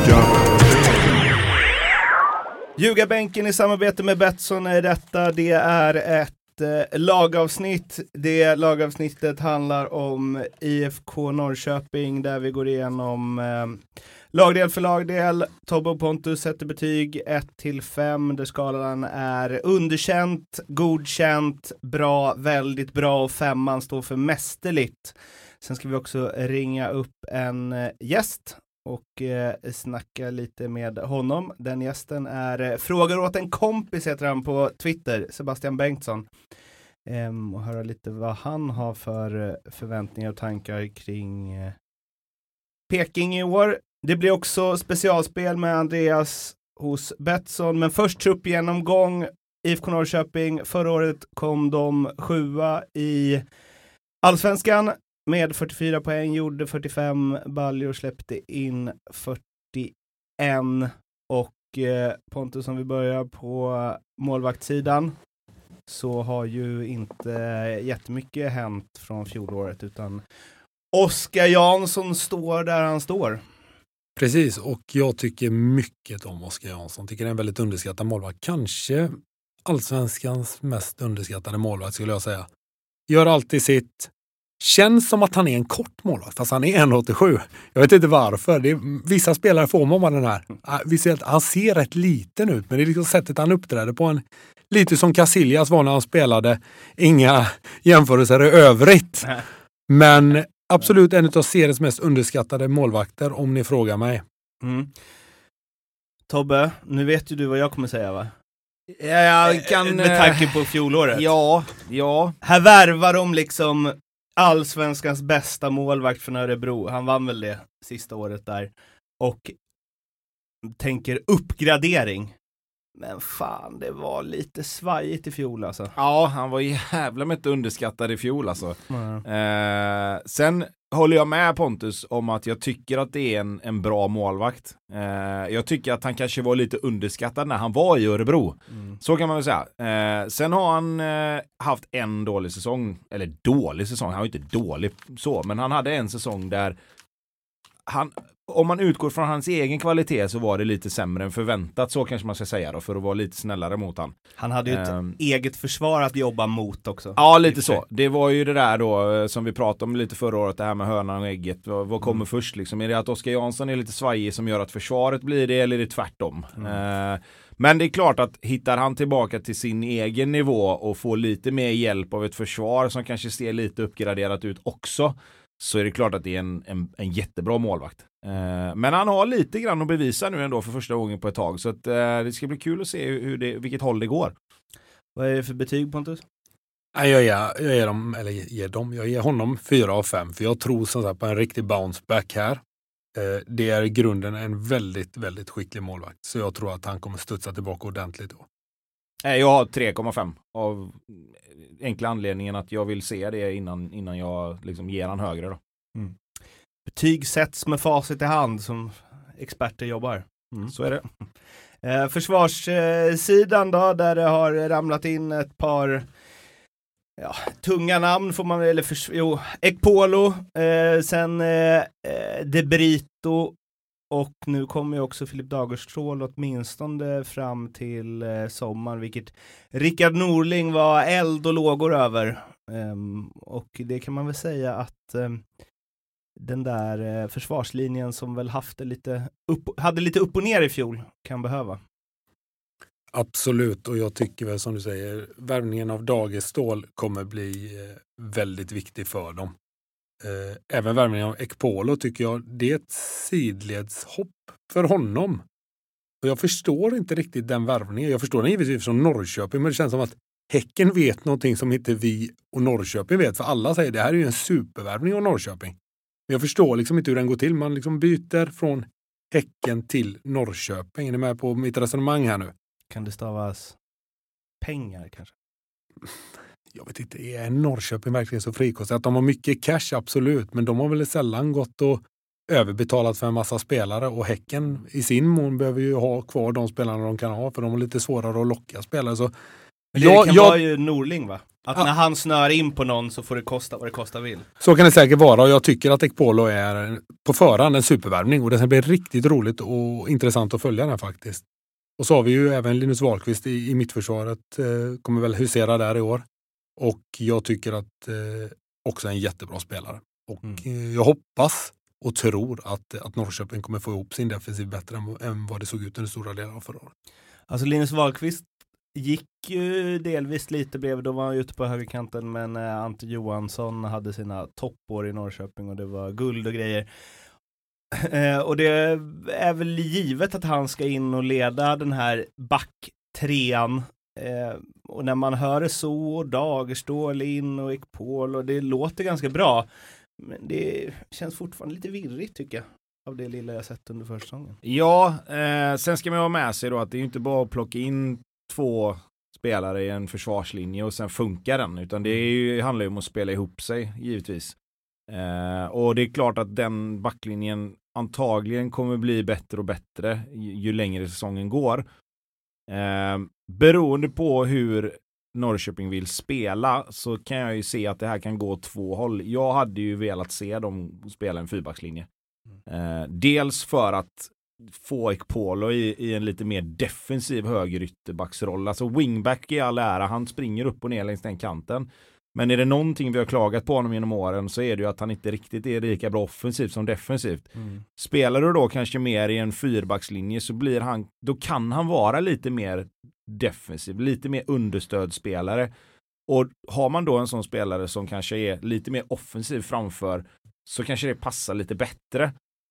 Ljugarbänken i samarbete med Betsson är detta. Det är ett lagavsnitt. Det lagavsnittet handlar om IFK Norrköping där vi går igenom lagdel för lagdel. Tobbe och Pontus sätter betyg 1-5 där skalan är underkänt, godkänt, bra, väldigt bra och 5 står för mästerligt. Sen ska vi också ringa upp en gäst och snacka lite med honom. Den gästen är Frågar åt en kompis heter han på Twitter, Sebastian Bengtsson. Och höra lite vad han har för förväntningar och tankar kring Peking i år. Det blir också specialspel med Andreas hos Betsson. Men först truppgenomgång. IFK Norrköping. Förra året kom de 7:a i Allsvenskan med 44 poäng. Gjorde 45 baljor, släppte in 41. Och Pontus, om vi börjar på målvaktssidan, så har ju inte jättemycket hänt från fjolåret, utan Oskar Jansson står där han står. Precis, och jag tycker mycket om Oskar Jansson. Tycker det är en väldigt underskattad målvakt. Kanske Allsvenskans mest underskattade målvakt skulle jag säga. Gör alltid sitt. Känns som att han är en kort målvakt, fast han är 1,87. Jag vet inte varför. Vissa spelare får man den här. Han ser rätt liten ut, men det är liksom sättet han uppträder på. En lite som Casillas var när han spelade. Inga jämförelser i övrigt. Men absolut en av seriens mest underskattade målvakter, om ni frågar mig. Mm. Tobbe, nu vet ju du vad jag kommer säga, va? Jag kan... Med tanke på fjolåret. Ja. Här värvar de liksom Allsvenskans bästa målvakt från Örebro. Han vann väl det sista året där. Och tänker uppgradering. Men fan, det var lite svajigt i fjol alltså. Ja, han var jävla mycket underskattad i fjol alltså. Sen håller jag med Pontus om att jag tycker att det är en bra målvakt. Jag tycker att han kanske var lite underskattad när han var i Örebro. Så kan man väl säga. Sen har han haft en dålig säsong. Eller dålig säsong, han var ju inte dålig så. Men han hade en säsong där om man utgår från hans egen kvalitet så var det lite sämre än förväntat, så kanske man ska säga då, för att vara lite snällare mot han. Han hade ju ett eget försvar att jobba mot också. Ja, lite så. Det var ju det där då som vi pratade om lite förra året, det här med hönan och ägget. Vad kommer först liksom? Är det att Oskar Jansson är lite svajig som gör att försvaret blir det, eller är det tvärtom? Men det är klart att hittar han tillbaka till sin egen nivå och får lite mer hjälp av ett försvar som kanske ser lite uppgraderat ut också, så är det klart att det är en jättebra målvakt. Men han har lite grann att bevisa nu ändå för första gången på ett tag. Så att, det ska bli kul att se vilket håll det går. Vad är det för betyg, Pontus? Jag ger honom 4 av 5. För jag tror som sagt på en riktig bounce back här. Det är i grunden en väldigt, väldigt skicklig målvakt. Så jag tror att han kommer studsa tillbaka ordentligt då. Jag har 3,5 av enkla anledningen att jag vill se det innan jag liksom ger han högre då. Betyg sätts med facit i hand som experter jobbar. Så är det. Försvarssidan då, där det har ramlat in ett par tunga namn får man väl, Ekpolo, sen De Brito, och nu kommer ju också Filip Dagerstrål åtminstone fram till sommaren, vilket Rickard Norling var eld och lågor över. Och det kan man väl säga att den där försvarslinjen som väl hade lite upp och ner i fjol kan behöva. Absolut, och jag tycker väl som du säger, värvningen av Dagerstål kommer bli väldigt viktig för dem. Även värvningen av Ekpolo tycker jag, det är ett sidledshopp för honom. Och jag förstår inte riktigt den värvningen. Jag förstår den givetvis från Norrköping, men det känns som att Häcken vet någonting som inte vi och Norrköping vet. För alla säger det här är ju en supervärvning av Norrköping. Men jag förstår liksom inte hur den går till. Man liksom byter från Häcken till Norrköping. Är ni med på mitt resonemang här nu? Kan det stavas pengar kanske? Jag vet inte, är Norrköping verkligen så frikostigt? Att de har mycket cash, absolut. Men de har väl sällan gått och överbetalat för en massa spelare. Och Häcken i sin mån behöver ju ha kvar de spelarna de kan ha. För de är lite svårare att locka spelare. Så Men det kan vara ju Norling, va? Att när han snör in på någon så får det kosta vad det kosta vill. Så kan det säkert vara, och jag tycker att Ekpolo är på förhand en supervärvning, och det ska bli riktigt roligt och intressant att följa den faktiskt. Och så har vi ju även Linus Wahlqvist i mittförsvaret, kommer väl husera där i år. Och jag tycker att också är en jättebra spelare. Och jag hoppas och tror att Norrköping kommer få ihop sin defensiv bättre än vad det såg ut under stora delar av förra året. Alltså Linus Wahlqvist gick ju delvis lite bredvid, då var han ute på högerkanten, men Ante Johansson hade sina toppår i Norrköping och det var guld och grejer. Och det är väl givet att han ska in och leda den här backtrean. Och när man hör det så, Dagerstål in och Ekpol, och det låter ganska bra. Men det känns fortfarande lite virrigt, tycker jag, av det lilla jag sett under försäsongen. Ja, sen ska man ha med sig då att det är ju inte bara att plocka in 2 spelare i en försvarslinje och sen funkar den, utan det handlar ju om att spela ihop sig, givetvis. Och det är klart att den backlinjen antagligen kommer bli bättre och bättre ju längre säsongen går. Beroende på hur Norrköping vill spela så kan jag ju se att det här kan gå 2 håll. Jag hade ju velat se dem spela en 4-backslinje. Dels för att få Ekpolo i en lite mer defensiv högerytterbacksroll. Alltså wingback i all ära, han springer upp och ner längs den kanten. Men är det någonting vi har klagat på honom genom åren så är det ju att han inte riktigt är lika bra offensivt som defensivt. Spelar du då kanske mer i en 4-backslinje så då kan han vara lite mer defensiv, lite mer understödspelare. Och har man då en sån spelare som kanske är lite mer offensiv framför, så kanske det passar lite bättre.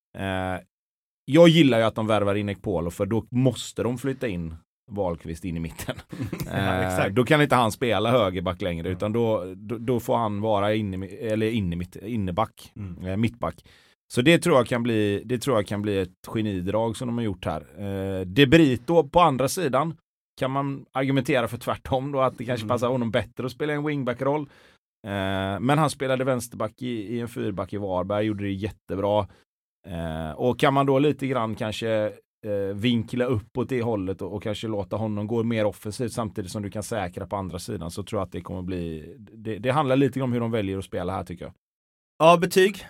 Jag gillar ju att de värvar in Ekpolo, för då måste de flytta in Wahlqvist in i mitten. Då kan inte han spela högerback längre, utan då får han vara inneback, mittback. Så det tror jag kan bli ett genidrag som de har gjort här. De Brito på andra sidan kan man argumentera för tvärtom då, att det kanske passar honom bättre att spela en wingback-roll. Men han spelade vänsterback i en 4-back i Varberg, gjorde det jättebra. Och kan man då lite grann kanske vinkla upp åt det hållet och kanske låta honom gå mer offensivt samtidigt som du kan säkra på andra sidan, så tror jag att det kommer bli... Det handlar lite om hur de väljer att spela här, tycker jag. Ja, betyg?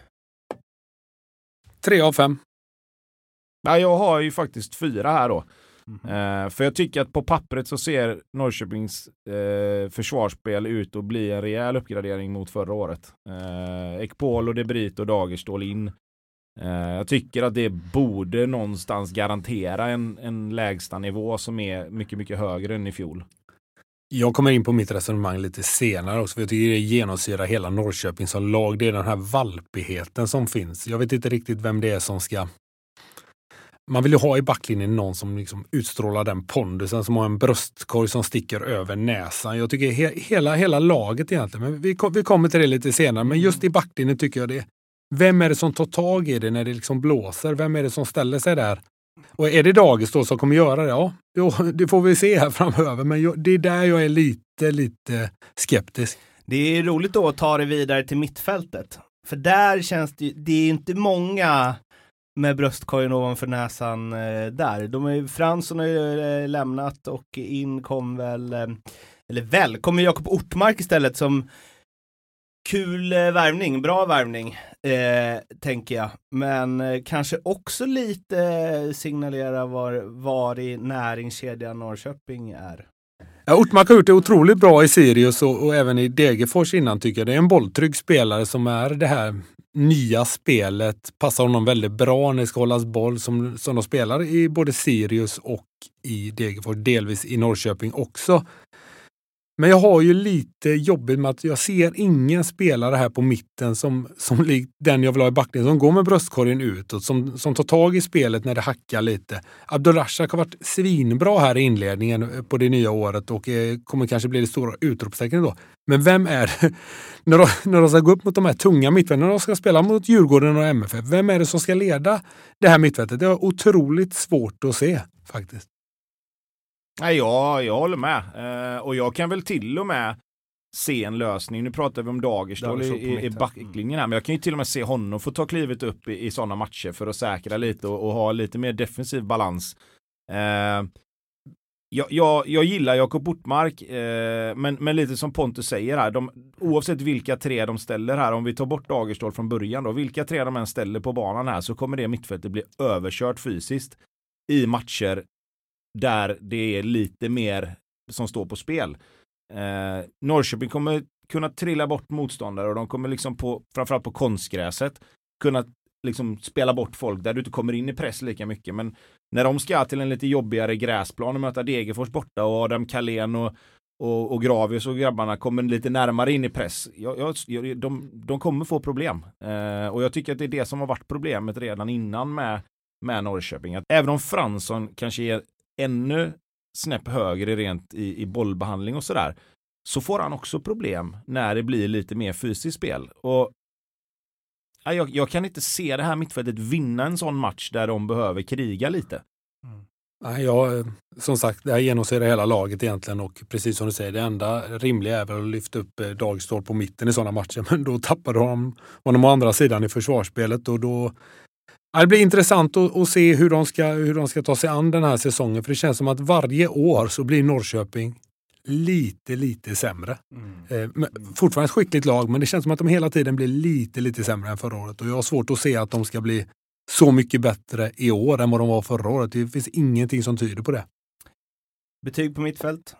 3 av 5. Ja, jag har ju faktiskt 4 här då. För jag tycker att på pappret så ser Norrköpings försvarsspel ut att bli en rejäl uppgradering mot förra året. Ekpol och De Brito och Dagerstål in. Jag tycker att det borde någonstans garantera en lägsta nivå som är mycket, mycket högre än i fjol. Jag kommer in på mitt resonemang lite senare också, för jag tycker det genomsyrar hela Norrköping som lag. Det är den här valpigheten som finns. Jag vet inte riktigt vem det är som ska... Man vill ju ha i backlinjen någon som liksom utstrålar den pondusen, som har en bröstkorg som sticker över näsan. Jag tycker hela laget egentligen, men vi kommer till det lite senare. Men just i backlinjen tycker jag det. Vem är det som tar tag i det när det liksom blåser? Vem är det som ställer sig där? Och är det Dagis då som kommer göra det? Ja, det får vi se här framöver. Men det är där jag är lite skeptisk. Det är roligt då att ta det vidare till mittfältet. För där känns det är inte många med bröstkorgen ovanför näsan där. Fransson har ju lämnat och in kom kommer Jakob Ortmark istället som kul värvning, bra värvning tänker jag. Men kanske också lite signalera var i näringskedjan Norrköping är. Ja, Ortmark har gjort det otroligt bra i Sirius och även i Degerfors innan, tycker jag. Det är en bolltrygg spelare som är det här nya spelet. Passar honom väldigt bra när det ska hållas boll som de spelar i både Sirius och i Degerfors, delvis i Norrköping också. Men jag har ju lite jobbigt med att jag ser ingen spelare här på mitten som likt den jag vill ha i backlinjen, som går med bröstkorgen utåt, som tar tag i spelet när det hackar lite. Abdulrashak har varit svinbra här i inledningen på det nya året och kommer kanske bli det stora utropstecknet då. Men vem är det, när de ska gå upp mot de här tunga mittfälten, när de ska spela mot Djurgården och MFF, vem är det som ska leda det här mittfältet? Det är otroligt svårt att se faktiskt. Nej, jag håller med. Och jag kan väl till och med se en lösning. Nu pratar vi om Dagerstål i backlinjen här, men jag kan ju till och med se honom få ta klivet upp i sådana matcher för att säkra lite och ha lite mer defensiv balans. Jag gillar Jakob Bortmark, men lite som Pontus säger här, oavsett vilka tre de ställer här, om vi tar bort Dagerstål från början då, vilka tre de än ställer på banan här, så kommer det mittfältet bli överkört fysiskt i matcher där det är lite mer som står på spel. Norrköping kommer kunna trilla bort motståndare och de kommer liksom framförallt på konstgräset kunna liksom spela bort folk där du inte kommer in i press lika mycket, men när de ska till en lite jobbigare gräsplan och möta Degerfors borta och Adam Kalén och Gravius och grabbarna kommer lite närmare in i press, de kommer få problem. Och jag tycker att det är det som har varit problemet redan innan med Norrköping. Att även om Fransson kanske är ännu snäpp högre rent i bollbehandling och sådär, så får han också problem när det blir lite mer fysiskt spel. Och jag kan inte se det här mittfältet vinna en sån match där de behöver kriga lite. Nej, som sagt, det här genomsyrar hela laget egentligen, och precis som du säger, det enda rimliga är väl att lyfta upp Dagerstål på mitten i sådana matcher, men då tappar de honom å andra sidan i försvarsspelet, och då det blir intressant att se hur de ska ta sig an den här säsongen, för det känns som att varje år så blir Norrköping lite sämre. Fortfarande ett skickligt lag, men det känns som att de hela tiden blir lite sämre än förra året, och jag har svårt att se att de ska bli så mycket bättre i år än vad de var förra året. Det finns ingenting som tyder på det. Betyg på mittfält?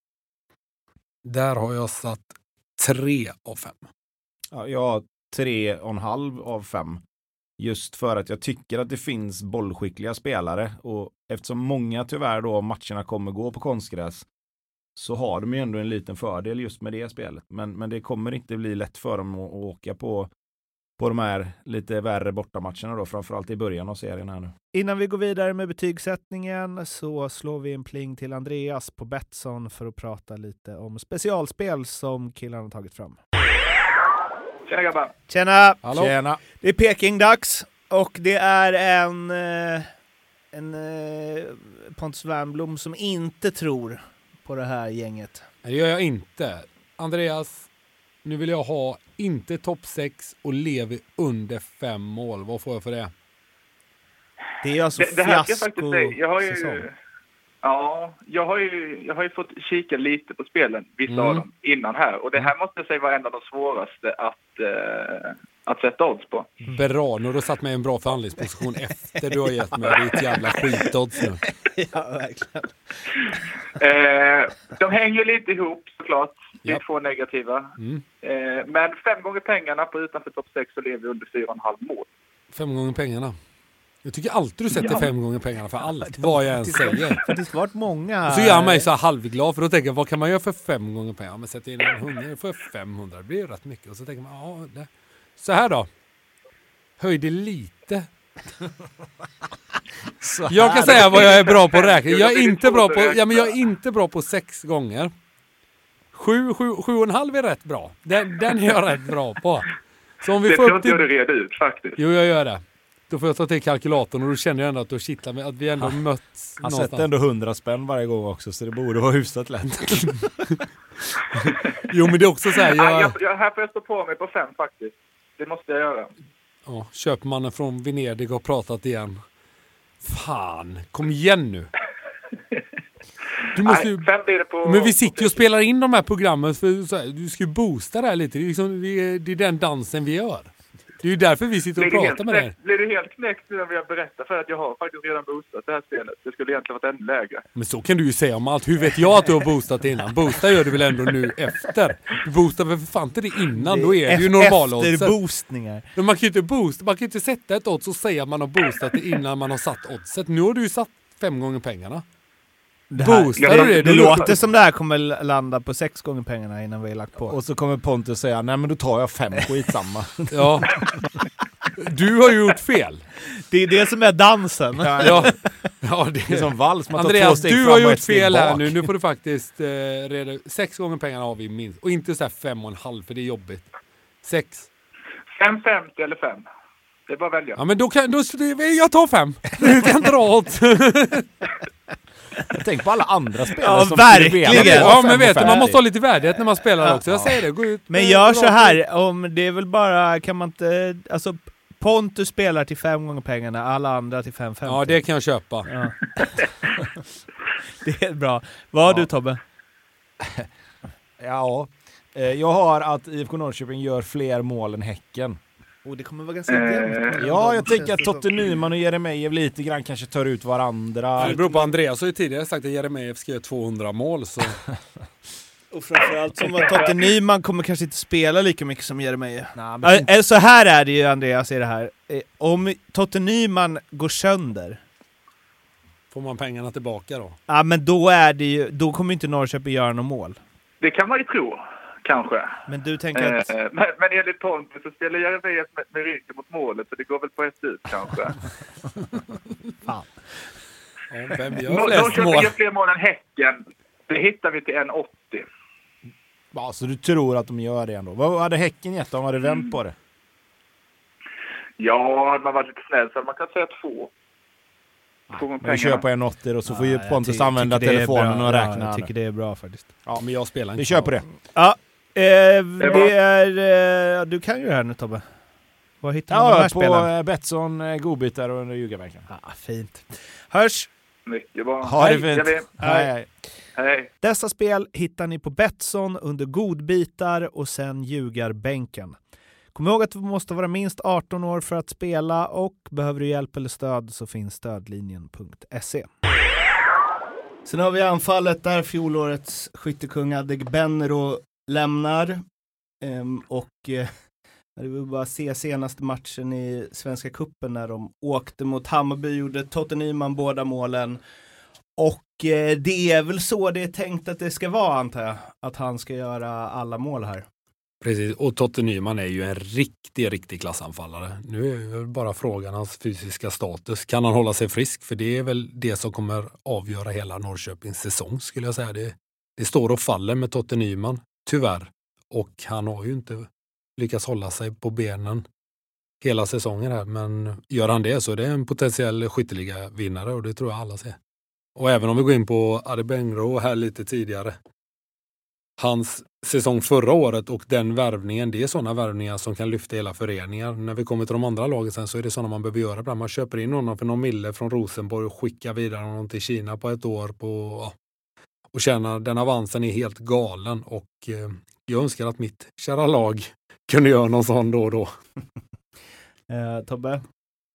Där har jag satt 3 av 5. Ja, jag har 3,5 av 5. Just för att jag tycker att det finns bollskickliga spelare, och eftersom många tyvärr då matcherna kommer gå på konstgräs, så har de ju ändå en liten fördel just med det spelet. Men det kommer inte bli lätt för dem att åka på de här lite värre bortamatcherna då, framförallt i början av serien här nu. Innan vi går vidare med betygssättningen så slår vi en pling till Andreas på Betsson för att prata lite om specialspel som killarna har tagit fram. Tjena grabbar! Tjena! Hallå. Tjena! Det är Peking-dags och det är en Pontus Wernbloom som inte tror på det här gänget. Det gör jag inte. Andreas, nu vill jag ha inte topp 6 och lever under 5 mål. Vad får jag för det? Det är alltså det här ska jag faktiskt fiasko säga. Jag har ju fått kika lite på spelen, vissa av dem, innan här. Och det här måste jag säga var en av de svåraste att sätta odds på. Bra, nu har du satt mig i en bra förhandlingsposition efter du har gett mig ditt jävla skitodds nu. Ja, verkligen. De hänger lite ihop såklart. Det är 2 negativa. Men 5 gånger pengarna på utanför topp 6 så lever vi under 4,5 mål. 5 gånger pengarna. Jag tycker alltid du sätter 5 gånger pengarna för allt, vad jag än säger. För det har varit många. Och så gör mig så här halvglad, för då tänker jag, vad kan man göra för 5 gånger pengarna? Men sätter in en 100 för 500, det blir ju rätt mycket. Och så tänker man, så här då. Höj det lite. Jag kan säga vad jag är bra på att räkna. Jag är inte bra på 6 gånger. 7,5 är rätt bra. Den är jag rätt bra på. Så om vi det får tror inte jag du reda ut faktiskt. Jo, jag gör det. Då får jag ta till kalkylatorn och då känner jag ändå att då kittlar med att vi ändå möts. Han sätter ändå 100 spänn varje gång också, så det borde vara hyfsat lätt. Jo, men det är också så här. Jag här får jag stå på mig på 5 faktiskt. Det måste jag göra. Ja, köpmannen från Venedig har pratat igen. Fan, kom igen nu. Du måste ju... Men vi sitter ju och spelar in de här programmen för så här, du ska ju boosta det här lite. Det är, liksom, det är den dansen vi gör. Det är ju därför vi sitter och pratar med dig. Blir det helt knäckt nu när jag berättar för att jag har faktiskt redan boostat det här spelet? Det skulle egentligen varit ännu lägre. Men så kan du ju säga om allt. Hur vet jag att du har boostat innan? Boosta gör du väl ändå nu efter? Du boostar väl för fan inte det innan? Då är det ju normala odds. Efter boostningar. Men man kan ju inte boosta. Man kan ju inte sätta ett odds och säga att man har boostat det innan man har satt oddset. Nu har du ju satt 5 gånger pengarna. Det låter som det här kommer landa på 6 gånger pengarna innan vi är lagt på. Och så kommer Pontus säga, nej men då tar jag 5, skitsamma. Ja. Du har ju gjort fel. Det är det som är dansen. Ja, det är som vals. Man Andreas, tar 2 steg du fram har och gjort fel bak. här nu. Nu får du faktiskt reda 6 gånger pengarna har vi minst. Och inte så här 5,5 för det är jobbigt. 6. 5,50 eller 5. Det är bara att välja. Ja, men då jag tar 5. Du kan dra åt. Tänk på alla andra spelare ja, som verkligen. Ja, men vet du, man måste ha lite värdighet när man spelar också. Jag säger det, gå ut. Men gör så här, om det är väl bara, kan man inte, alltså Pontus spelar till 5 gånger pengarna, alla andra till 5,50. Ja, det kan jag köpa. Ja. Det är bra. Vad har du, Tobbe? Ja, jag har att IFK Norrköping gör fler mål än Häcken. Det kommer vara ganska jämnt. Ja, jag tänker att Totte Nyman och Jeremejeff lite grann kanske tar ut varandra. Det beror på. Andreas har ju tidigare sagt att Jeremejeff ska göra 200 mål. Så. Och framförallt som att Totte Nyman kommer kanske inte spela lika mycket som Jeremejeff. Nej, Så här är det ju, Andreas, i det här. Om Totte Nyman går sönder, Får man pengarna tillbaka då? ja, men då kommer inte Norrköping göra något mål. Det kan man ju tro, kanske. Men du tänker att... Men enligt Pontus så spelar Jeremejeff med ryggen mot målet, så det går väl på ett ut kanske. Fan. Ja, vem gör De flest mål? gör fler mål än Häcken. Det hittar vi till 1,80. Ja, så du tror att de gör det ändå. Vad hade Häcken gett om de hade vänt på det? Ja, hade man varit lite snäll så hade man kan säga 2. Vi kör på 1,80 och så får ju Pontus använda telefonen och räkna. Jag tycker det är bra faktiskt. Ja, men jag spelar inte. Vi kör på det. Ja, det är... Du kan ju det här nu, Tobbe. Vad hittar man de här spelarna? På Betsson, godbitar och under ljugarbänken. Fint. Hörs! Mycket bra. Ha det fint. Hej. Hej. Dessa spel hittar ni på Betsson under godbitar och sen ljugarbänken. Kom ihåg att du måste vara minst 18 år för att spela, och behöver du hjälp eller stöd så finns stödlinjen.se. Sen har vi anfallet där fjolårets skyttekung Adegbenro lämnar. Det vill bara se senaste matchen i Svenska Cupen när de åkte mot Hammarby, gjorde Totte Nyman båda målen. Och det är väl så det är tänkt att det ska vara, antar jag. Att han ska göra alla mål här. Precis, och Totte Nyman är ju en riktig klassanfallare. Nu är väl bara frågan hans fysiska status. Kan han hålla sig frisk? För det är väl det som kommer avgöra hela Norrköpings säsong, skulle jag säga. Det står och faller med Totte Nyman, tyvärr. Och han har ju inte lyckats hålla sig på benen hela säsongen här. Men gör han det så är det en potentiell skytteliga vinnare, och det tror jag alla ser. Och även om vi går in på Adegbenro här lite tidigare. Hans säsong förra året och den värvningen, det är sådana värvningar som kan lyfta hela föreningar. När vi kommer till de andra lagen sen så är det sådana man behöver göra ibland. Man köper in honom för någon mille från Rosenborg och skickar vidare honom till Kina på ett år och känner den avansen är helt galen. Och jag önskar att mitt kära lag kunde göra någon sån då och då. Tobbe?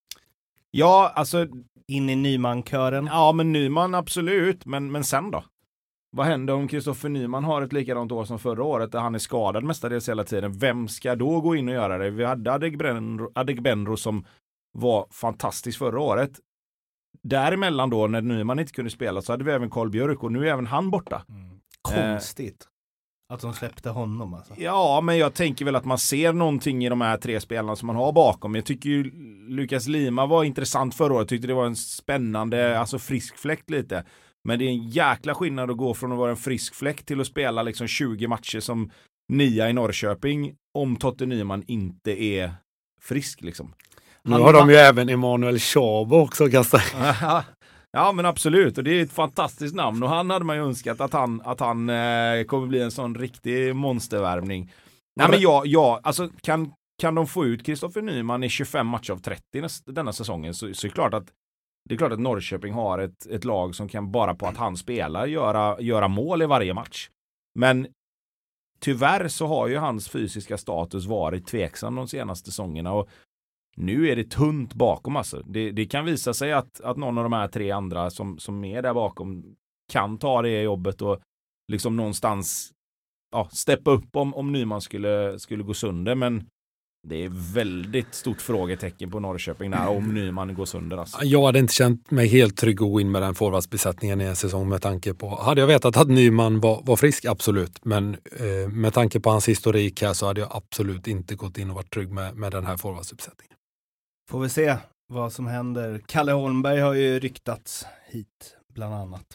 Ja, alltså... In i Nyman-kören. Ja, men Nyman absolut. Men sen då? Vad händer om Kristoffer Nyman har ett likadant år som förra året där han är skadad mestadels hela tiden? Vem ska då gå in och göra det? Vi hade Adegbenro som var fantastisk förra året. Däremellan då, när Nyman inte kunde spela, så hade vi även Carl Björk, och nu är även han borta. Konstigt att de släppte honom alltså. Ja, men jag tänker väl att man ser någonting i de här tre spelarna som man har bakom. Jag tycker ju Lukas Lima var intressant förra året. Jag tyckte det var en spännande, alltså frisk fläkt lite. Men det är en jäkla skillnad att gå från att vara en frisk fläkt till att spela liksom 20 matcher som 9 i Norrköping om Totte Nyman inte är frisk liksom. Nu har de ju även Emanuel Chabo också kastat. Ja, men absolut. Och det är ett fantastiskt namn. Och han hade man ju önskat att han kommer bli en sån riktig monstervärvning. Nej, men alltså kan de få ut Kristoffer Nyman i 25 matcher av 30 denna säsongen, så är det klart att Norrköping har ett lag som kan bara på att han spelar göra mål i varje match. Men tyvärr så har ju hans fysiska status varit tveksam de senaste säsongerna, och nu är det tunt bakom alltså. Det kan visa sig att någon av de här tre andra som är där bakom kan ta det jobbet och liksom någonstans steppa upp om Nyman skulle gå sönder, men det är väldigt stort frågetecken på Norrköping när om Nyman går sönder alltså. Jag hade inte känt mig helt trygg att gå in med den forwardsbesättningen i en säsong med tanke på, hade jag vetat att Nyman var frisk, absolut, men med tanke på hans historik här så hade jag absolut inte gått in och varit trygg med den här forwardsbesättningen. Får vi se vad som händer. Kalle Holmberg har ju ryktats hit bland annat.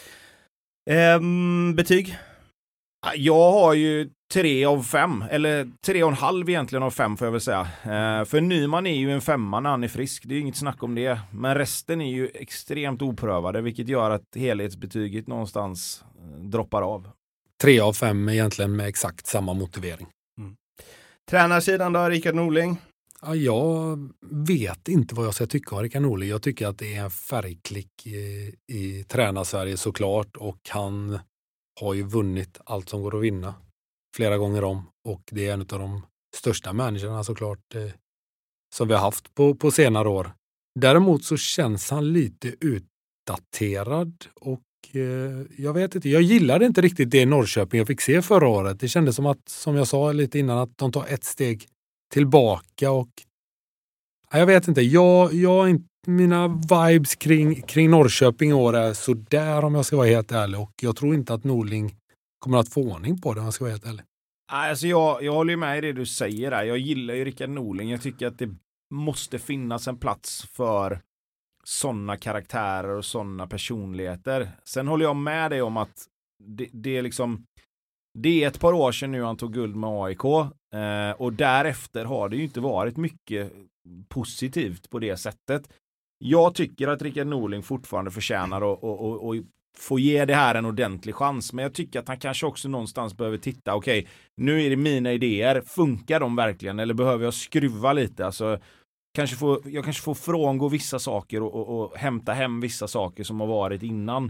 Betyg? Jag har ju 3 av 5, eller 3,5 egentligen av 5 får jag väl säga. För Nyman är ju en 5 när han är frisk, det är ju inget snack om det. Men resten är ju extremt oprövade, vilket gör att helhetsbetyget någonstans droppar av. 3 av 5 egentligen med exakt samma motivering. Tränarsidan då, Rickard Norling? Ja, jag vet inte vad jag ska tycka om Rickard Norling. Jag tycker att det är en färgklick i tränarsverige såklart, och han har ju vunnit allt som går att vinna flera gånger om, och det är en av de största managerna såklart som vi har haft på senare år. Däremot så känns han lite utdaterad, och jag vet inte, jag gillade inte riktigt det Norrköping jag fick se förra året. Det kändes som att, som jag sa lite innan, att de tar ett steg tillbaka, och jag vet inte, mina vibes kring Norrköping i år är så där, om jag ska vara helt ärlig, och jag tror inte att Norling kommer att få ordning på det, om jag ska vara helt ärlig. Alltså jag håller ju med i det du säger där. Jag gillar ju Rickard Norling. Jag tycker att det måste finnas en plats för sådana karaktärer och sådana personligheter. Sen håller jag med dig om att det är liksom, det är ett par år sedan nu han tog guld med AIK, och därefter har det ju inte varit mycket positivt på det sättet. Jag tycker att Rickard Norling fortfarande förtjänar och få ge det här en ordentlig chans, men jag tycker att han kanske också någonstans behöver titta, okej, nu är det mina idéer, funkar de verkligen, eller behöver jag skruva lite? Alltså, jag kanske får frångå vissa saker och hämta hem vissa saker som har varit innan.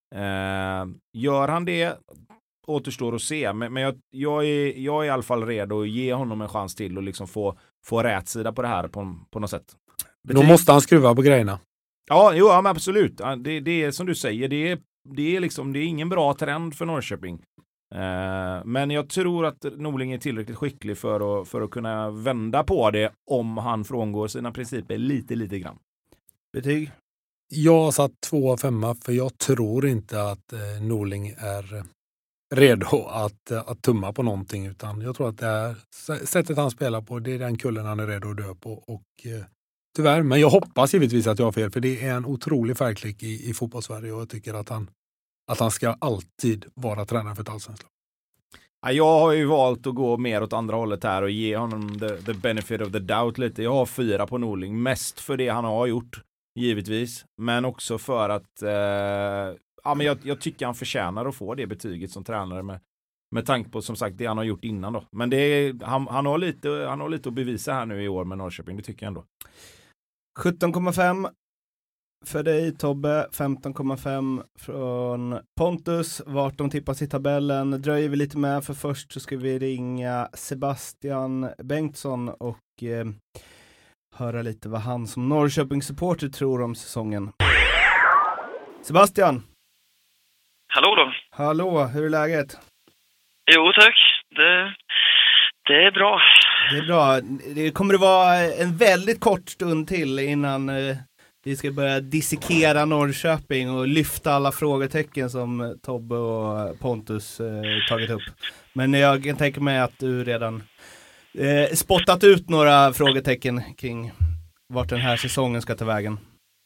Gör han det, återstår att se, men jag är i alla fall redo att ge honom en chans till och liksom få rätt sida på det här på något sätt. Då måste han skruva på grejerna. Ja, men absolut. Det är som du säger, det är ingen bra trend för Norrköping. Men jag tror att Norling är tillräckligt skicklig för att kunna vända på det om han frångår sina principer lite grann. Betyg? Jag har satt 2 av 5, för jag tror inte att Norling är redo att tumma på någonting, utan jag tror att det är sättet han spelar på, det är den kullen han är redo att dö på, och tyvärr, men jag hoppas givetvis att jag har fel, för det är en otrolig färgklick i fotbollssverige, och jag tycker att han ska alltid vara tränare för ett allsvenskt. Jag har ju valt att gå mer åt andra hållet här och ge honom the benefit of the doubt lite. Jag har 4 på Norling, mest för det han har gjort, givetvis, men också för att men jag tycker han förtjänar att få det betyget som tränare med tanke på, som sagt, det han har gjort innan då. Men han har lite att bevisa här nu i år med Norrköping, det tycker jag ändå. 17,5 för dig Tobbe, 15,5 från Pontus. Vart de tippas i tabellen dröjer vi lite med, för först så ska vi ringa Sebastian Bengtsson och höra lite vad han som Norrköping-supporter tror om säsongen. Sebastian! Hallå då! Hallå, hur är läget? Jo tack, det är bra. Det är bra. Det kommer att vara en väldigt kort stund till innan vi ska börja dissekera Norrköping och lyfta alla frågetecken som Tobbe och Pontus tagit upp. Men jag kan tänka mig att du redan spottat ut några frågetecken kring vart den här säsongen ska ta vägen.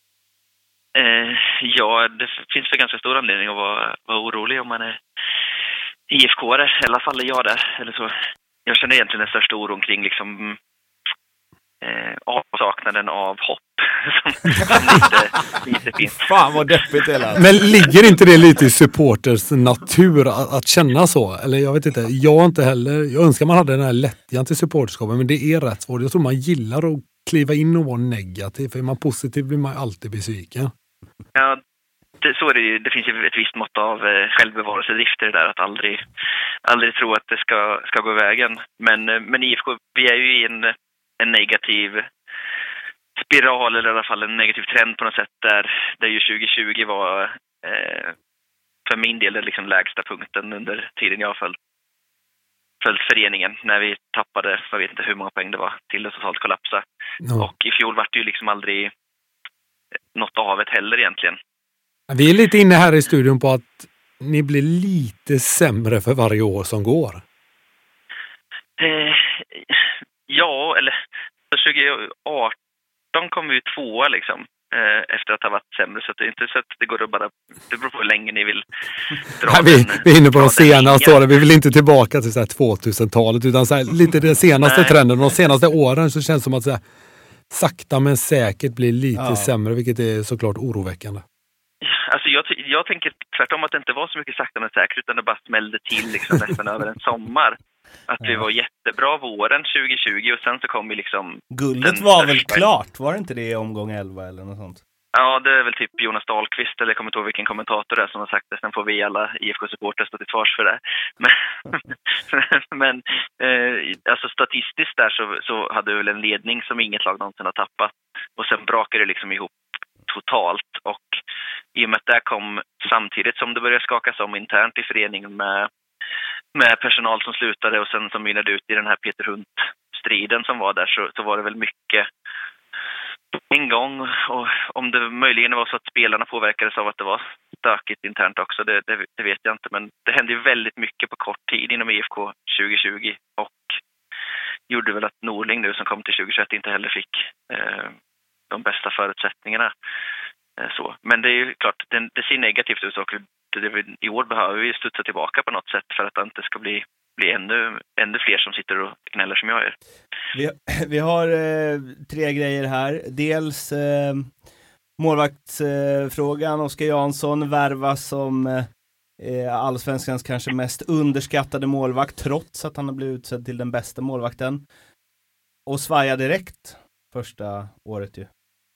Ja, det finns för ganska stor anledning att vara orolig om man är IFK-are. I alla fall är jag där. Eller så. Jag känner egentligen den största oron kring liksom, avsaknaden av hopp. som lite finns. Fan vad deppigt det är. Men ligger inte det lite i supporters natur att känna så? Eller jag vet inte, jag inte heller. Jag önskar man hade den här lättjan till supporterskapen, men det är rätt svårt. Jag tror man gillar att kliva in och vara negativ. För är man positiv blir man alltid besviken. Ja, så är det ju. Det finns ju ett visst mått av självbevarelsedrift i det där, att aldrig tro att det ska gå vägen. Men IFK, vi är ju i en negativ spiral, eller i alla fall en negativ trend på något sätt, där ju 2020 var för min del den liksom lägsta punkten under tiden jag har följt föreningen, när vi tappade, jag vet inte hur många poäng det var, till det totalt kollapsa. No. Och i fjol var det ju liksom aldrig något av ett heller egentligen. Vi är lite inne här i studion på att ni blir lite sämre för varje år som går. Ja, eller 2018 kom vi ju 2 liksom, efter att ha varit sämre, så det är inte så att det går att bara, det beror på hur länge ni vill dra. Nej, vi är inne på de senaste åren, vi vill inte tillbaka till så här 2000-talet, utan så här, lite den senaste trenden, de senaste åren, så känns det som att så här, sakta men säkert blir lite sämre, vilket är såklart oroväckande. Alltså jag tänker tvärtom att det inte var så mycket sakta men säkert, utan det bara smällde till liksom nästan över en sommar. Att vi var jättebra våren 2020 och sen så kom vi liksom... Guldet var väl klart? Var det inte det i omgång 11 eller något sånt? Ja, det är väl typ Jonas Dahlqvist, eller jag kommer inte ihåg vilken kommentator det är som har sagt det. Sen får vi alla IFK-supportrar stå till svars för det. Men alltså statistiskt där så hade vi väl en ledning som inget lag någonsin har tappat. Och sen brakade det liksom ihop totalt. Och i och med att det kom samtidigt som det började skakas om internt i föreningen med personal som slutade och sen som mynnade ut i den här Peter Hunt-striden som var där, så var det väl mycket en gång. Och om det möjligen var så att spelarna påverkades av att det var stökigt internt också, det vet jag inte. Men det hände ju väldigt mycket på kort tid inom IFK 2020 och gjorde väl att Norling nu som kom till 2021 inte heller fick de bästa förutsättningarna. Så. Men det är ju klart, det ser negativt ut och i år behöver vi studsa tillbaka på något sätt för att det inte ska bli ännu fler som sitter och gnäller som jag gör. Vi har 3 grejer här. Dels målvaktsfrågan. Oskar Jansson värvas som allsvenskans kanske mest underskattade målvakt trots att han har blivit utsedd till den bästa målvakten. Och svaja direkt första året ju.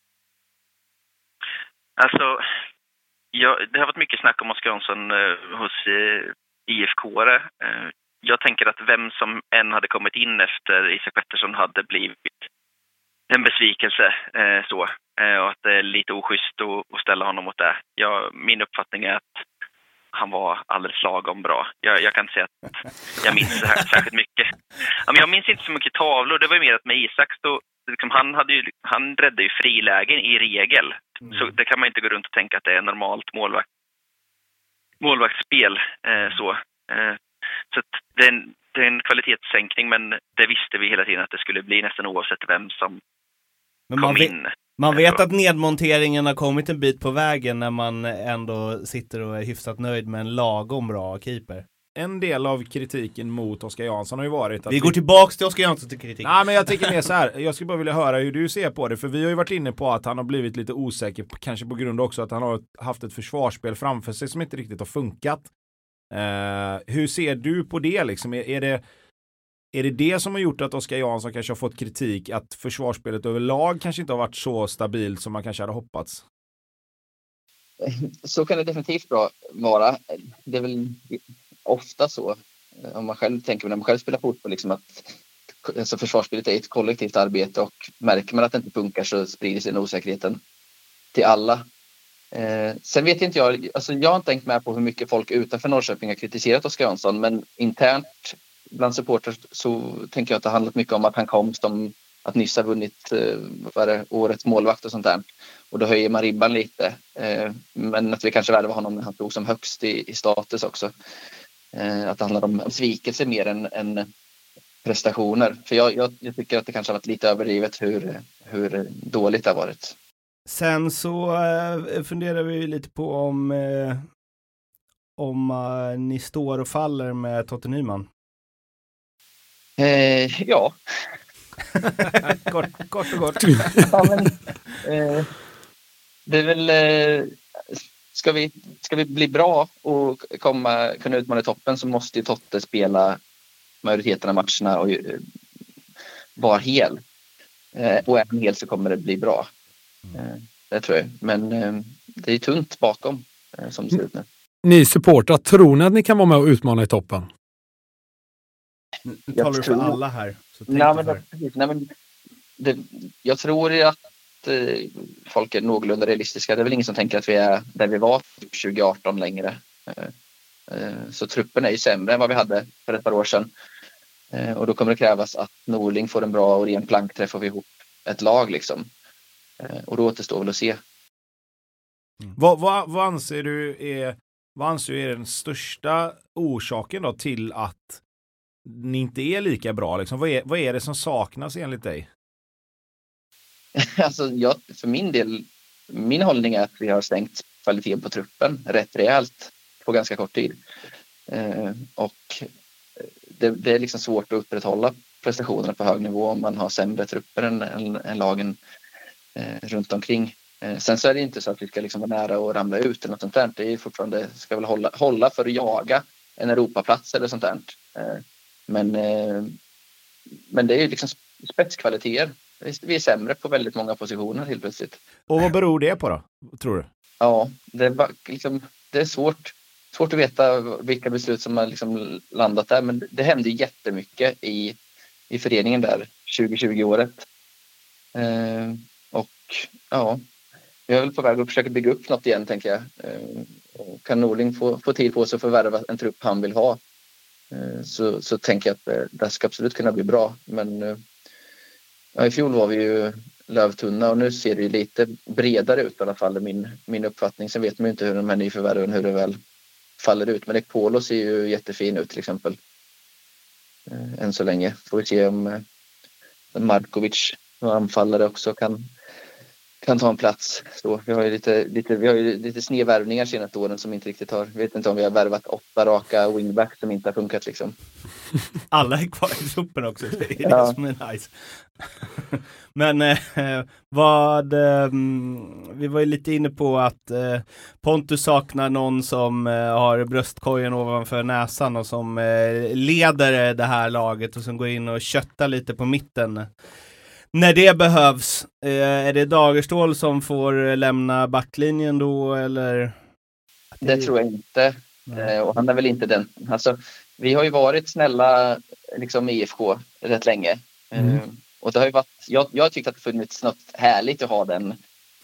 Alltså, det har varit mycket snack om Oskar Jansson hos IFK-are. Jag tänker att vem som än hade kommit in efter Isak Pettersson hade blivit en besvikelse. Och att det är lite oschysst att ställa honom mot det. Min uppfattning är att han var alldeles lagom bra. Jag kan säga att jag minns det här särskilt mycket. Men jag minns inte så mycket tavlor. Det var ju mer att med Isak så liksom, han räddade ju frilägen i regel. Så det kan man inte gå runt och tänka att det är normalt målvaktsspel. Så att det är en kvalitetssänkning, men det visste vi hela tiden att det skulle bli nästan oavsett vem som kom in. Man vet att nedmonteringen har kommit en bit på vägen när man ändå sitter och är hyfsat nöjd med en lagom bra keeper. En del av kritiken mot Oskar Jansson har ju varit att vi går tillbaks till Oskar Jansson till kritik. Nej, men jag tycker mer så här. Jag skulle bara vilja höra hur du ser på det, för vi har ju varit inne på att han har blivit lite osäker, kanske på grund också att han har haft ett försvarsspel framför sig som inte riktigt har funkat. Hur ser du på det liksom? Är det som har gjort att Oskar Jansson kanske har fått kritik, att försvarsspelet överlag kanske inte har varit så stabilt som man kanske hade hoppats? Så kan det definitivt vara. Det är väl ofta så, om man själv tänker, när man själv spelar fotboll, liksom att alltså försvarsspelet är ett kollektivt arbete, och märker man att det inte funkar så sprider sig den osäkerheten till alla. Sen vet inte jag, alltså jag har inte tänkt med på hur mycket folk utanför Norrköping har kritiserat Oskar Jansson, men internt bland supportrar så tänker jag att det handlat mycket om att han kom som att nyss har vunnit årets målvakt och sånt där. Och då höjer man ribban lite. Men att vi kanske värde var honom när han tog som högst i status också. Att det handlar om svikelse mer än prestationer. För jag tycker att det kanske har varit lite överdrivet hur dåligt det har varit. Sen så funderar vi lite på om ni står och faller med Totte Nyman. Ja. kort och gott. Ja, men, det är väl... Ska vi bli bra och kunna utmana toppen, så måste ju Totte spela majoriteten av matcherna och vara hel. Och även hel så kommer det bli bra. Det tror jag. Men det är tunt bakom som det ser ut nu. Ni supportrar, tror ni att ni kan vara med och utmana i toppen? Nu talar du för alla här. Så jag tror att folk är någorlunda realistiska. Det är väl ingen som tänker att vi är där vi var 2018 längre. Så truppen är ju sämre än vad vi hade för ett par år sedan. Och då kommer det krävas att Norling får en bra och ren plankträff och vi ihop ett lag liksom. Och då återstår väl att se. Vad anser du är den största orsaken då till att ni inte är lika bra? Liksom? Vad är det som saknas enligt dig? Alltså för min del, min hållning är att vi har stängt kvaliteten på truppen rätt rejält på ganska kort tid. Och det är liksom svårt att upprätthålla prestationerna på hög nivå om man har sämre trupper än lagen runt omkring. Sen så är det inte så att vi ska liksom vara nära och ramla ut eller något sånt där. Det är fortfarande, ska väl hålla för att jaga en Europaplats eller sånt där. Men det är ju liksom spetskvaliteter. Vi är sämre på väldigt många positioner helt plötsligt. Och vad beror det på då, tror du? Ja, det är svårt att veta vilka beslut som har liksom landat där. Men det hände jättemycket i föreningen där 2020-året. Och ja, vi är väl på väg att försöka bygga upp något igen, tänker jag. Kan Norling få tid på sig att förvärva en trupp han vill ha, så tänker jag att det ska absolut kunna bli bra. Men i fjol var vi ju lövtunna och nu ser det ju lite bredare ut i alla fall, min uppfattning. Sen vet man ju inte hur de här nyförvärven, hur det väl faller ut. Men Ekpolo ser ju jättefin ut till exempel. Än så länge. Får vi se om Markovic och anfallare också kan ta en plats. Så vi har ju lite snedvärvningar senaste åren som inte riktigt har. Jag vet inte om vi har värvat 8 raka wingbacks som inte har funkat liksom. Alla är kvar i truppen också. Det är det som är nice. Men vi var ju lite inne på att Pontus saknar någon som har bröstkorgen ovanför näsan och som leder det här laget och som går in och köttar lite på mitten. När det behövs, är det Dagerstål som får lämna backlinjen då, eller? Det tror jag inte. Och han är väl inte den. Alltså, vi har ju varit snälla liksom IFK rätt länge. Och det har ju varit, jag tyckte att det funnits något härligt att ha den.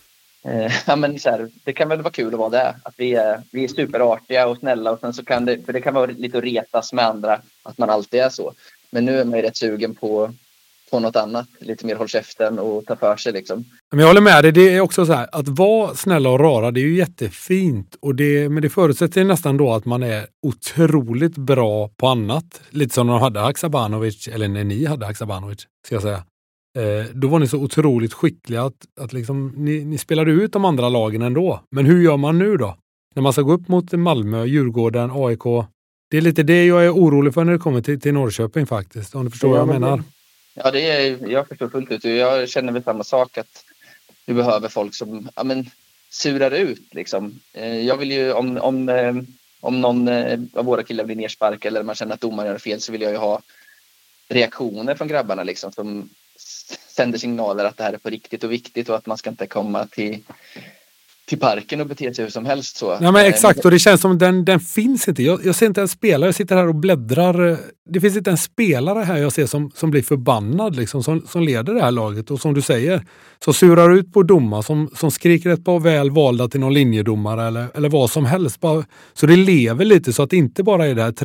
Men så här, det kan väl vara kul att vara det. Att vi är superartiga och snälla, och sen så kan det kan vara lite att retas med andra att man alltid är så. Men nu är man ju rätt sugen på något annat, lite mer håll käften och ta för sig liksom. Men jag håller med dig, det är också så här, att vara snälla och rara, det är ju jättefint, men det förutsätter nästan då att man är otroligt bra på annat. Lite som när de hade Haksabanovic, eller när ni hade Haksabanovic, ska jag säga. Då var ni så otroligt skickliga att liksom, ni spelade ut de andra lagen ändå. Men hur gör man nu då? När man ska gå upp mot Malmö, Djurgården, AIK. Det är lite det jag är orolig för när det kommer till Norrköping faktiskt, om du förstår vad jag menar. Ja, jag förstår fullt ut. Jag känner väl samma sak, att du behöver folk som surar ut liksom. Jag vill ju, om någon av våra killar blir nerspark eller man känner att domaren gör fel, så vill jag ju ha reaktioner från grabbarna liksom, som sänder signaler att det här är på riktigt och viktigt och att man ska inte komma till parken och bete sig hur som helst så. Ja, men exakt, och det känns som den finns inte. Jag ser inte en spelare, jag sitter här och bläddrar. Det finns inte en spelare här jag ser som blir förbannad liksom, som leder det här laget, och som du säger, så surar ut på domar, som skriker ett par väl valda till någon linjedomare eller vad som helst. Bara, så det lever lite, så att det inte bara är det här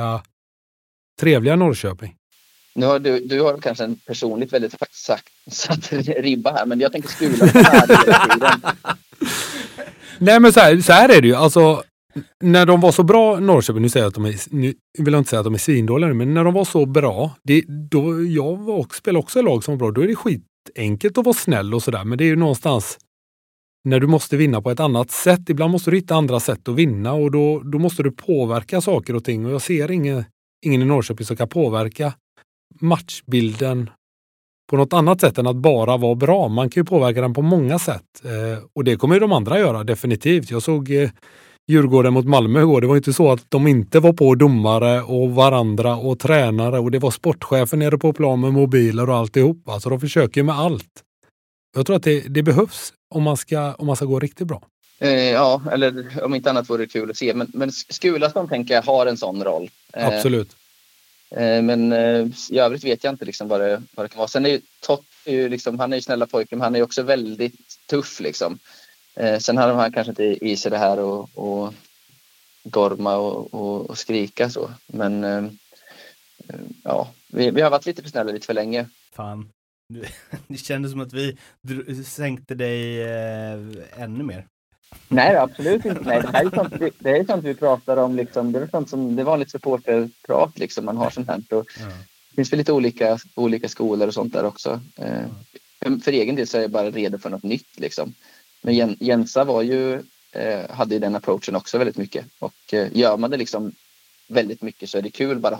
trevliga Norrköping. Nu har du har kanske en personligt väldigt satt ribba här, men jag tänker skula här hela tiden. Nej, men så här är det ju. Alltså, när de var så bra, Norrköping, nu vill jag inte säga att de är svindåliga, men när de var så bra, spelade också i lag som var bra, då är det skitenkelt att vara snäll och sådär, men det är ju någonstans när du måste vinna på ett annat sätt. Ibland måste du hitta andra sätt att vinna, och då måste du påverka saker och ting, och jag ser ingen i Norrköping som kan påverka matchbilden på något annat sätt än att bara vara bra. Man kan ju påverka den på många sätt. Och det kommer ju de andra göra, definitivt. Jag såg Djurgården mot Malmö igår. Det var inte så att de inte var på domare och varandra och tränare. Och det var sportchefen nere på plan med mobiler och alltihop. Alltså de försöker ju med allt. Jag tror att det behövs om man ska gå riktigt bra. Ja, eller om inte annat vore det kul att se. Men Skulason, tänker jag, har en sån roll. Absolut. Men i övrigt vet jag inte liksom vad det kan vara. Sen är ju Tott, han är ju snälla pojken, men han är ju också väldigt tuff liksom. Sen har han kanske inte i sig det här och gorma och skrika så. Men ja, vi har varit lite för snälla lite för länge. Fan, det kändes som att vi sänkte dig ännu mer. Nej, absolut inte. Nej, det är sånt vi pratar om liksom. Det är sånt som det är vanligt supporterprat liksom, man har sånt här. Och det finns väl lite olika skolor och sånt där också. För egen del så är jag bara redo för något nytt liksom. Men Jensa var ju hade ju den approachen också väldigt mycket, och gör man det liksom väldigt mycket så är det kul bara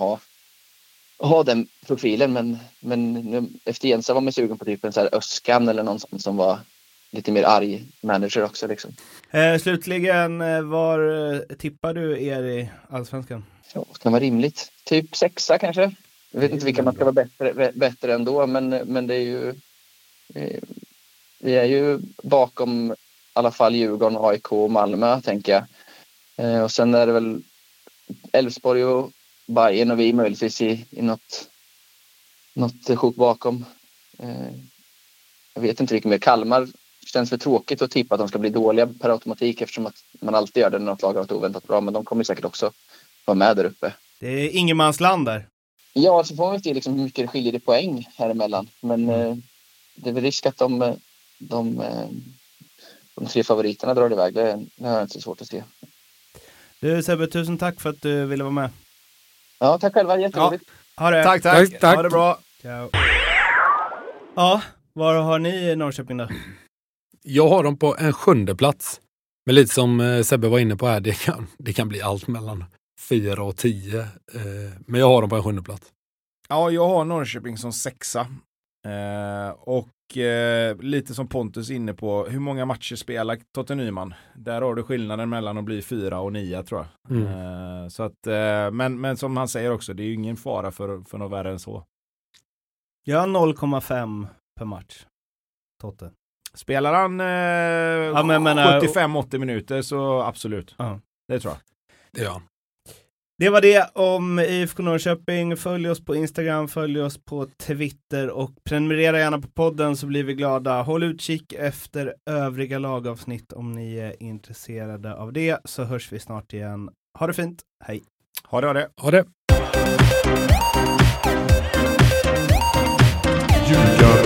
ha den profilen, men efter Jensa var man sugen på typ en så här Öskan eller någon som var lite mer arg manager också liksom. Slutligen, var tippar du er i Allsvenskan? Ja, det kan vara rimligt. Typ 6 kanske. Jag vet inte vilka man ska vara bättre ändå, men det är ju... Vi är ju bakom i alla fall Djurgården, AIK och Malmö, tänker jag. Och sen är det väl Elfsborg och Bayern och vi möjligtvis i något sjok bakom. Jag vet inte vilket mer. Kalmar känns för tråkigt att tippa att de ska bli dåliga per automatik, eftersom att man alltid gör det när något lag har varit oväntat bra, men de kommer säkert också vara med där uppe. Det är ingenmansland där. Ja, så får man inte liksom hur mycket det skiljer i poäng här emellan. Men det är väl risk att de 3 favoriterna drar iväg. Det är inte så svårt att se. Du Sebbe, tusen tack för att du ville vara med. Ja, tack själva. Jätteroligt. Ja, ha det. Tack. Ha det bra. Ciao. Ja, var har ni i Norrköping då? Jag har dem på en 7:e plats. Men lite som Sebbe var inne på här, det kan bli allt mellan 4 och 10. Men jag har dem på en 7:e plats. Ja, jag har Norrköping som 6:a. Och lite som Pontus inne på, hur många matcher spelar Totte Nyman? Där har du skillnaden mellan att bli 4 och 9, tror jag. Så att, men som han säger också, det är ju ingen fara för något värre än så. Jag har 0,5 per match. Totte. Spelar han 75-80 minuter så absolut. Det tror jag. Det gör han. Det var det om IFK Norrköping. Följ oss på Instagram, följ oss på Twitter och prenumerera gärna på podden så blir vi glada. Håll utkik efter övriga lagavsnitt om ni är intresserade av det, så hörs vi snart igen. Ha det fint. Hej. Ha det. Ha det. You got